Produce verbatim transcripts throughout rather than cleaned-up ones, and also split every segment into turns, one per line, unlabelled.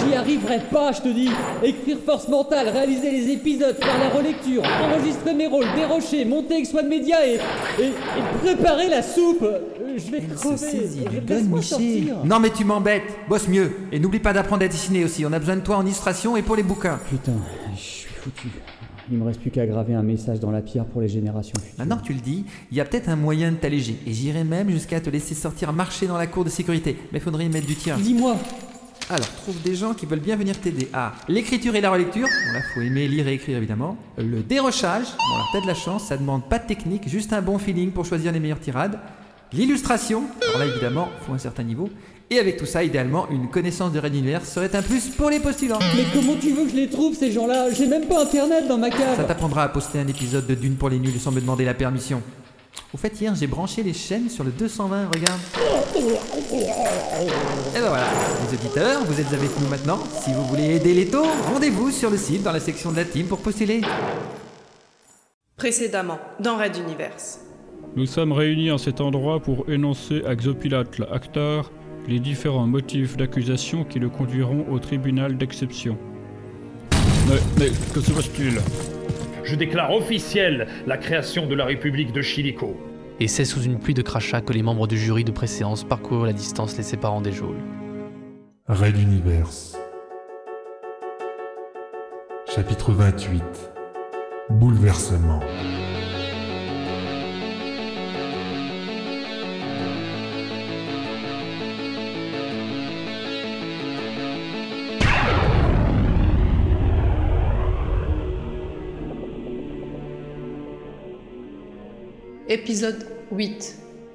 J'y arriverai pas, je te dis. Écrire force mentale, réaliser les épisodes, faire la relecture, enregistrer mes rôles, dérocher, monter avec Swan Media et, et, et préparer la soupe. Je vais crever. Laisse-moi sortir.
Non mais tu m'embêtes. Bosse mieux. Et n'oublie pas d'apprendre à dessiner aussi. On a besoin de toi en illustration et pour les bouquins.
Putain, je suis foutu. Il me reste plus qu'à graver un message dans la pierre pour les générations futures.
Maintenant que tu le dis, il y a peut-être un moyen de t'alléger. Et j'irai même jusqu'à te laisser sortir marcher dans la cour de sécurité. Mais faudrait y mettre du tien.
Dis-moi.
Alors, trouve des gens qui veulent bien venir t'aider. Ah, l'écriture et la relecture. Bon là, faut aimer lire et écrire évidemment. Le dérochage. Bon alors, t'as de la chance, ça demande pas de technique, juste un bon feeling pour choisir les meilleures tirades. L'illustration. Alors là, évidemment, faut un certain niveau. Et avec tout ça, idéalement, une connaissance de Red Universe serait un plus pour les postulants.
Mais comment tu veux que je les trouve, ces gens-là? J'ai même pas internet dans ma cave.
Ça t'apprendra à poster un épisode de Dune pour les nuls sans me demander la permission. Au fait, hier, j'ai branché les chaînes sur le deux cent vingt, regarde. Et ben voilà, les auditeurs, vous êtes avec nous maintenant. Si vous voulez aider les taux, rendez-vous sur le site dans la section de la team pour postuler.
Précédemment, dans Red Universe.
Nous sommes réunis en cet endroit pour énoncer à Xopilate, l'acteur, les différents motifs d'accusation qui le conduiront au tribunal d'exception. Mais, mais, que se passe-t-il ?
Je déclare officielle la création de la République de Chilico.
Et c'est sous une pluie de crachats que les membres du jury de préséance parcourent la distance les séparant des geôles.
Red Universe. Chapitre vingt-huit. Bouleversement.
Épisode huit.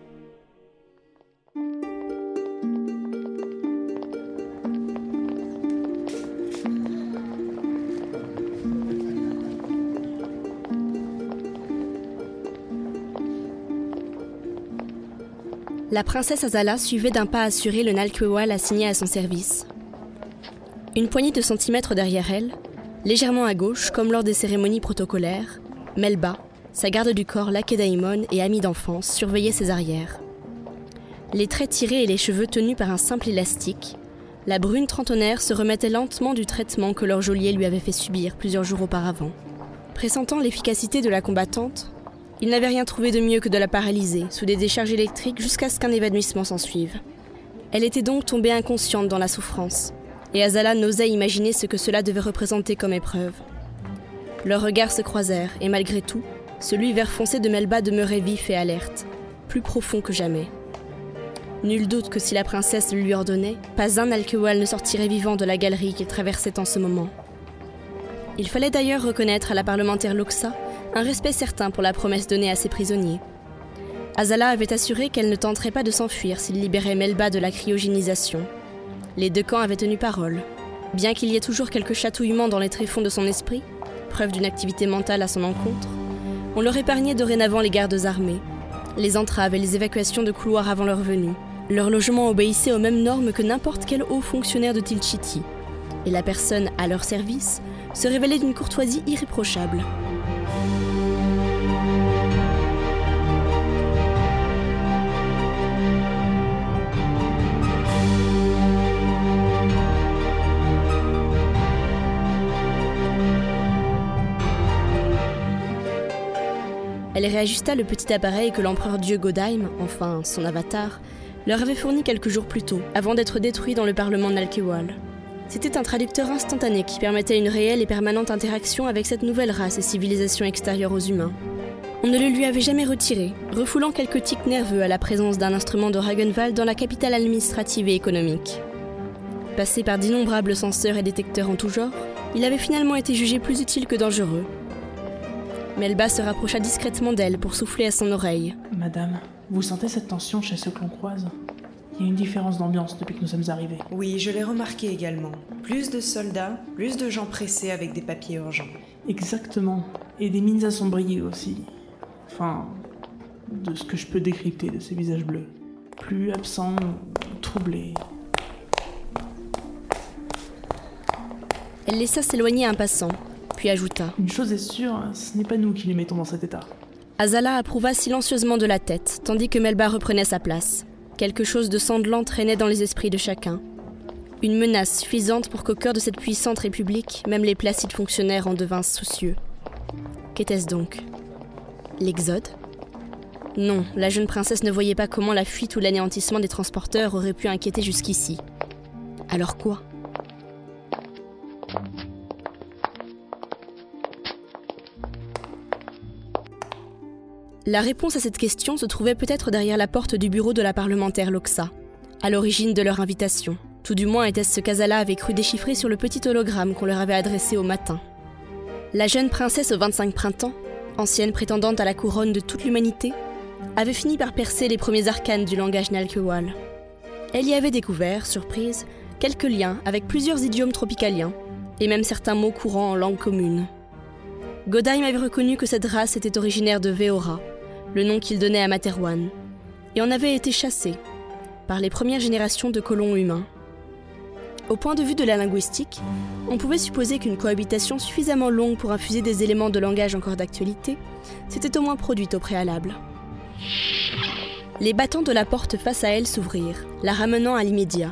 La princesse Azala suivait d'un pas assuré le Nalquewal assigné à son service. Une poignée de centimètres derrière elle, légèrement à gauche, comme lors des cérémonies protocolaires, Melba, sa garde du corps Lakedaimon et amie d'enfance, surveillait ses arrières. Les traits tirés et les cheveux tenus par un simple élastique, la brune trentenaire se remettait lentement du traitement que leur geôlier lui avait fait subir plusieurs jours auparavant. Pressentant l'efficacité de la combattante, il n'avait rien trouvé de mieux que de la paralyser sous des décharges électriques jusqu'à ce qu'un évanouissement s'ensuive. Elle était donc tombée inconsciente dans la souffrance, et Azala n'osait imaginer ce que cela devait représenter comme épreuve. Leurs regards se croisèrent, et malgré tout, celui vert foncé de Melba demeurait vif et alerte, plus profond que jamais. Nul doute que si la princesse le lui ordonnait, pas un Nalquewal ne sortirait vivant de la galerie qu'il traversait en ce moment. Il fallait d'ailleurs reconnaître à la parlementaire Loxa un respect certain pour la promesse donnée à ses prisonniers. Azala avait assuré qu'elle ne tenterait pas de s'enfuir s'il libérait Melba de la cryogénisation. Les deux camps avaient tenu parole. Bien qu'il y ait toujours quelques chatouillements dans les tréfonds de son esprit, preuve d'une activité mentale à son encontre, on leur épargnait dorénavant les gardes armés, les entraves et les évacuations de couloirs avant leur venue. Leur logement obéissait aux mêmes normes que n'importe quel haut fonctionnaire de Tilchiti, et la personne à leur service se révélait d'une courtoisie irréprochable. Elle réajusta le petit appareil que l'empereur Dieu Godaim, enfin son avatar, leur avait fourni quelques jours plus tôt, avant d'être détruit dans le parlement Nalquewal. C'était un traducteur instantané qui permettait une réelle et permanente interaction avec cette nouvelle race et civilisation extérieure aux humains. On ne le lui avait jamais retiré, refoulant quelques tics nerveux à la présence d'un instrument de Ragenwald dans la capitale administrative et économique. Passé par d'innombrables senseurs et détecteurs en tout genre, il avait finalement été jugé plus utile que dangereux. Melba se rapprocha discrètement d'elle pour souffler à son oreille.
Madame, vous sentez cette tension chez ceux que l'on croise ? Il y a une différence d'ambiance depuis que nous sommes arrivés.
Oui, je l'ai remarqué également. Plus de soldats, plus de gens pressés avec des papiers urgents.
Exactement. Et des mines assombries aussi. Enfin, de ce que je peux décrypter de ces visages bleus. Plus absents, troublés.
Elle laissa s'éloigner un passant, puis ajouta.
Une chose est sûre, ce n'est pas nous qui les mettons dans cet état.
Azala approuva silencieusement de la tête, tandis que Melba reprenait sa place. Quelque chose de sanglant traînait dans les esprits de chacun. Une menace suffisante pour qu'au cœur de cette puissante république, même les placides fonctionnaires en devinssent soucieux. Qu'était-ce donc ? L'Exode ? Non, la jeune princesse ne voyait pas comment la fuite ou l'anéantissement des transporteurs aurait pu inquiéter jusqu'ici. Alors quoi ? La réponse à cette question se trouvait peut-être derrière la porte du bureau de la parlementaire Loxa, à l'origine de leur invitation. Tout du moins était-ce ce qu'Azala avait cru déchiffrer sur le petit hologramme qu'on leur avait adressé au matin. La jeune princesse aux vingt-cinq printemps, ancienne prétendante à la couronne de toute l'humanité, avait fini par percer les premiers arcanes du langage Nalkewal. Elle y avait découvert, surprise, quelques liens avec plusieurs idiomes tropicaliens, et même certains mots courants en langue commune. Godheim avait reconnu que cette race était originaire de Veora, le nom qu'il donnait à Materwan, et en avait été chassée par les premières générations de colons humains. Au point de vue de la linguistique, on pouvait supposer qu'une cohabitation suffisamment longue pour infuser des éléments de langage encore d'actualité s'était au moins produite au préalable. Les battants de la porte face à elle s'ouvrirent, la ramenant à l'immédiat.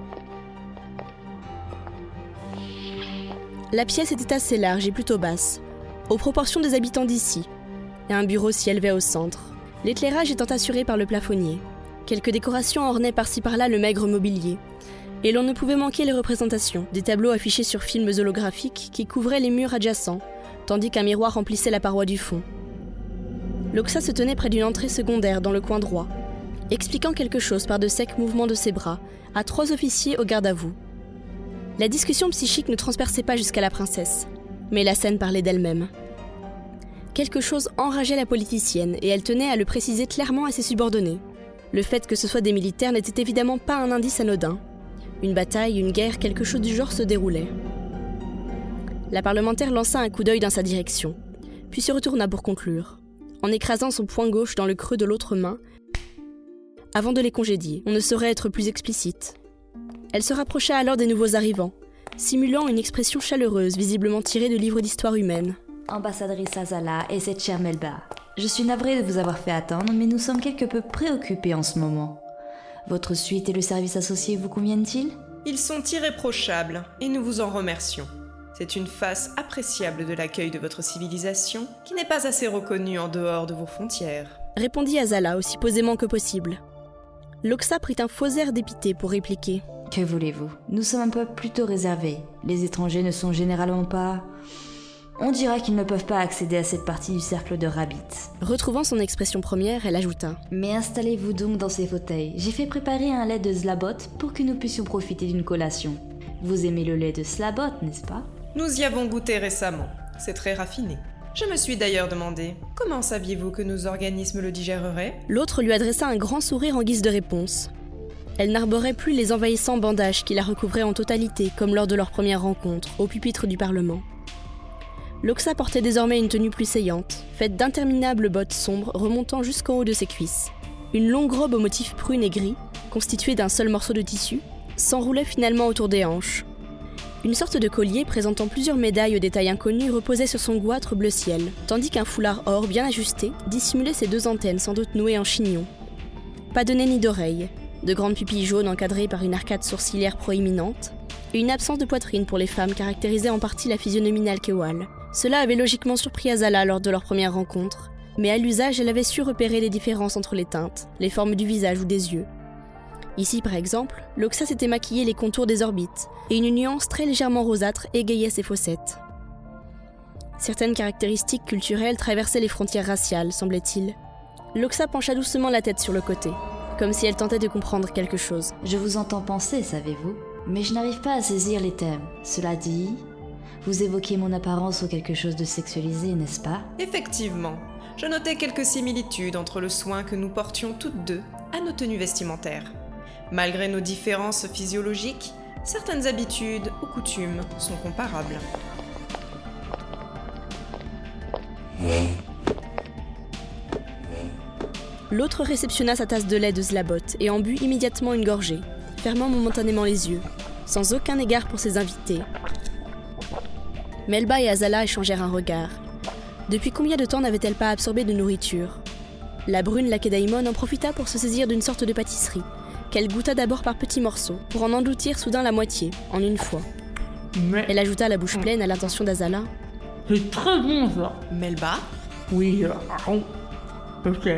La pièce était assez large et plutôt basse, aux proportions des habitants d'ici, et un bureau s'y élevait au centre, l'éclairage étant assuré par le plafonnier. Quelques décorations ornaient par-ci par-là le maigre mobilier, et l'on ne pouvait manquer les représentations, des tableaux affichés sur films holographiques qui couvraient les murs adjacents, tandis qu'un miroir remplissait la paroi du fond. Loxa se tenait près d'une entrée secondaire dans le coin droit, expliquant quelque chose par de secs mouvements de ses bras à trois officiers au garde-à-vous. La discussion psychique ne transperçait pas jusqu'à la princesse, mais la scène parlait d'elle-même. Quelque chose enrageait la politicienne et elle tenait à le préciser clairement à ses subordonnés. Le fait que ce soit des militaires n'était évidemment pas un indice anodin. Une bataille, une guerre, quelque chose du genre se déroulait. La parlementaire lança un coup d'œil dans sa direction, puis se retourna pour conclure, en écrasant son poing gauche dans le creux de l'autre main, avant de les congédier. On ne saurait être plus explicite. Elle se rapprocha alors des nouveaux arrivants, simulant une expression chaleureuse, visiblement tirée de livres d'histoire humaine.
Ambassadrice Azala et cette chère Melba, je suis navrée de vous avoir fait attendre, mais nous sommes quelque peu préoccupés en ce moment. Votre suite et le service associé vous conviennent-ils ?
Ils sont irréprochables et nous vous en remercions. C'est une face appréciable de l'accueil de votre civilisation qui n'est pas assez reconnue en dehors de vos frontières.
Répondit Azala aussi posément que possible. Loxa prit un faux air dépité pour répliquer.
Que voulez-vous ? Nous sommes un peuple plutôt réservé. Les étrangers ne sont généralement pas... On dira qu'ils ne peuvent pas accéder à cette partie du cercle de Rabbit.
Retrouvant son expression première, elle ajouta.
Mais installez-vous donc dans ces fauteuils. J'ai fait préparer un lait de Slabot pour que nous puissions profiter d'une collation. Vous aimez le lait de Slabot, n'est-ce pas ?
Nous y avons goûté récemment. C'est très raffiné. Je me suis d'ailleurs demandé, comment saviez-vous que nos organismes le digéreraient ?
L'autre lui adressa un grand sourire en guise de réponse. Elle n'arborait plus les envahissants bandages qui la recouvraient en totalité, comme lors de leur première rencontre, au pupitre du Parlement. Loxa portait désormais une tenue plus saillante, faite d'interminables bottes sombres remontant jusqu'en haut de ses cuisses. Une longue robe au motif prune et gris, constituée d'un seul morceau de tissu, s'enroulait finalement autour des hanches. Une sorte de collier présentant plusieurs médailles aux détails inconnus reposait sur son goitre bleu ciel, tandis qu'un foulard or bien ajusté dissimulait ses deux antennes sans doute nouées en chignon. Pas de nez ni d'oreilles, de grandes pupilles jaunes encadrées par une arcade sourcilière proéminente, et une absence de poitrine pour les femmes caractérisait en partie la physionomie Nalkewal. Cela avait logiquement surpris Azala lors de leur première rencontre, mais à l'usage elle avait su repérer les différences entre les teintes, les formes du visage ou des yeux. Ici par exemple, Loxa s'était maquillé les contours des orbites, et une nuance très légèrement rosâtre égayait ses fossettes. Certaines caractéristiques culturelles traversaient les frontières raciales, semblait-il. Loxa pencha doucement la tête sur le côté, comme si elle tentait de comprendre quelque chose.
Je vous entends penser, savez-vous, mais je n'arrive pas à saisir les thèmes. Cela dit... Vous évoquez mon apparence ou quelque chose de sexualisé, n'est-ce pas ?
Effectivement. Je notais quelques similitudes entre le soin que nous portions toutes deux à nos tenues vestimentaires. Malgré nos différences physiologiques, certaines habitudes ou coutumes sont comparables.
L'autre réceptionna sa tasse de lait de Slabot et en but immédiatement une gorgée, fermant momentanément les yeux, sans aucun égard pour ses invités. Melba et Azala échangèrent un regard. Depuis combien de temps n'avait-elle pas absorbé de nourriture ? La brune Lakedaimon en profita pour se saisir d'une sorte de pâtisserie, qu'elle goûta d'abord par petits morceaux, pour en engloutir soudain la moitié, en une fois.
Mais
Elle ajouta la bouche pleine à l'intention d'Azala.
c'est très bon ça.
Melba,
Oui, euh, oh, ok.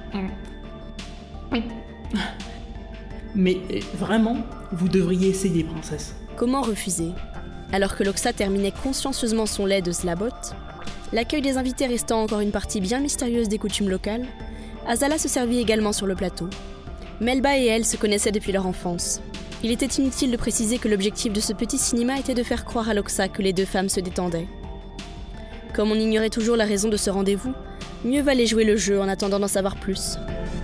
Mais euh, vraiment, vous devriez essayer, princesse.
Comment refuser? Alors que Loxa terminait consciencieusement son lait de slabot, l'accueil des invités restant encore une partie bien mystérieuse des coutumes locales, Azala se servit également sur le plateau. Melba et elle se connaissaient depuis leur enfance. Il était inutile de préciser que l'objectif de ce petit cinéma était de faire croire à Loxa que les deux femmes se détendaient. Comme on ignorait toujours la raison de ce rendez-vous, mieux valait jouer le jeu en attendant d'en savoir plus.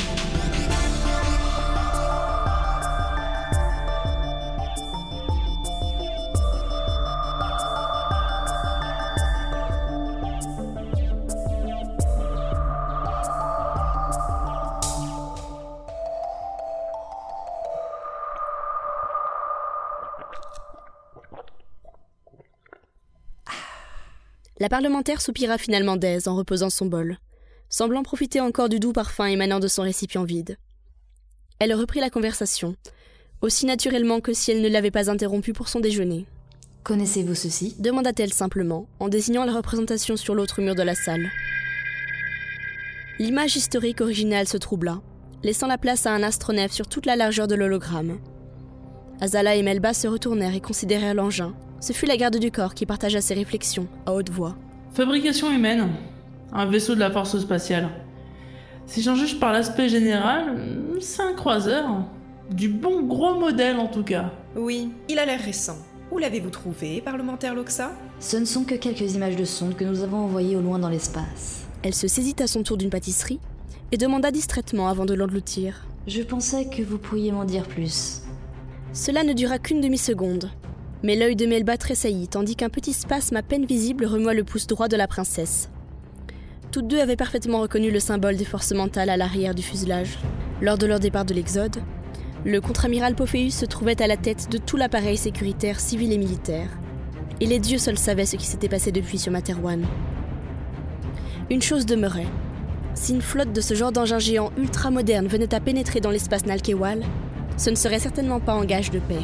La parlementaire soupira finalement d'aise en reposant son bol, semblant profiter encore du doux parfum émanant de son récipient vide. Elle reprit la conversation, aussi naturellement que si elle ne l'avait pas interrompue pour son déjeuner.
« Connaissez-vous ceci ?»
demanda-t-elle simplement, en désignant la représentation sur l'autre mur de la salle. L'image historique originale se troubla, laissant la place à un astronef sur toute la largeur de l'hologramme. Azala et Melba se retournèrent et considérèrent l'engin. Ce fut la garde du corps qui partagea ses réflexions, à haute voix.
Fabrication humaine. Un vaisseau de la force spatiale. Si j'en juge par l'aspect général, c'est un croiseur. Du bon gros modèle en tout cas.
oui, il a l'air récent. Où l'avez-vous trouvé, parlementaire Loxa?
Ce ne sont que quelques images de sonde que nous avons envoyées au loin dans l'espace.
Elle se saisit à son tour d'une pâtisserie et demanda distraitement avant de l'engloutir.
Je pensais que vous pourriez m'en dire plus.
Cela ne dura qu'une demi-seconde, mais l'œil de Melba tressaillit tandis qu'un petit spasme à peine visible remua le pouce droit de la princesse. Toutes deux avaient parfaitement reconnu le symbole des forces mentales à l'arrière du fuselage. Lors de leur départ de l'Exode, le contre-amiral Pophéus se trouvait à la tête de tout l'appareil sécuritaire civil et militaire. Et les dieux seuls savaient ce qui s'était passé depuis sur Materwan. Une chose demeurait. Si une flotte de ce genre d'engins géants ultra-modernes venait à pénétrer dans l'espace Nalkewal, ce ne serait certainement pas en gage de paix.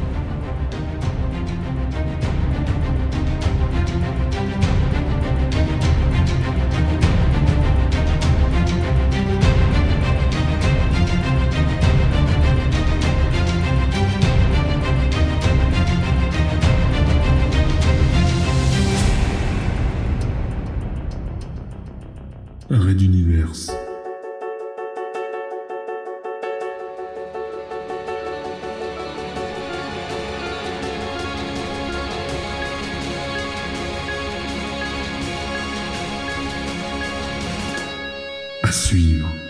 Red Universe. À suivre.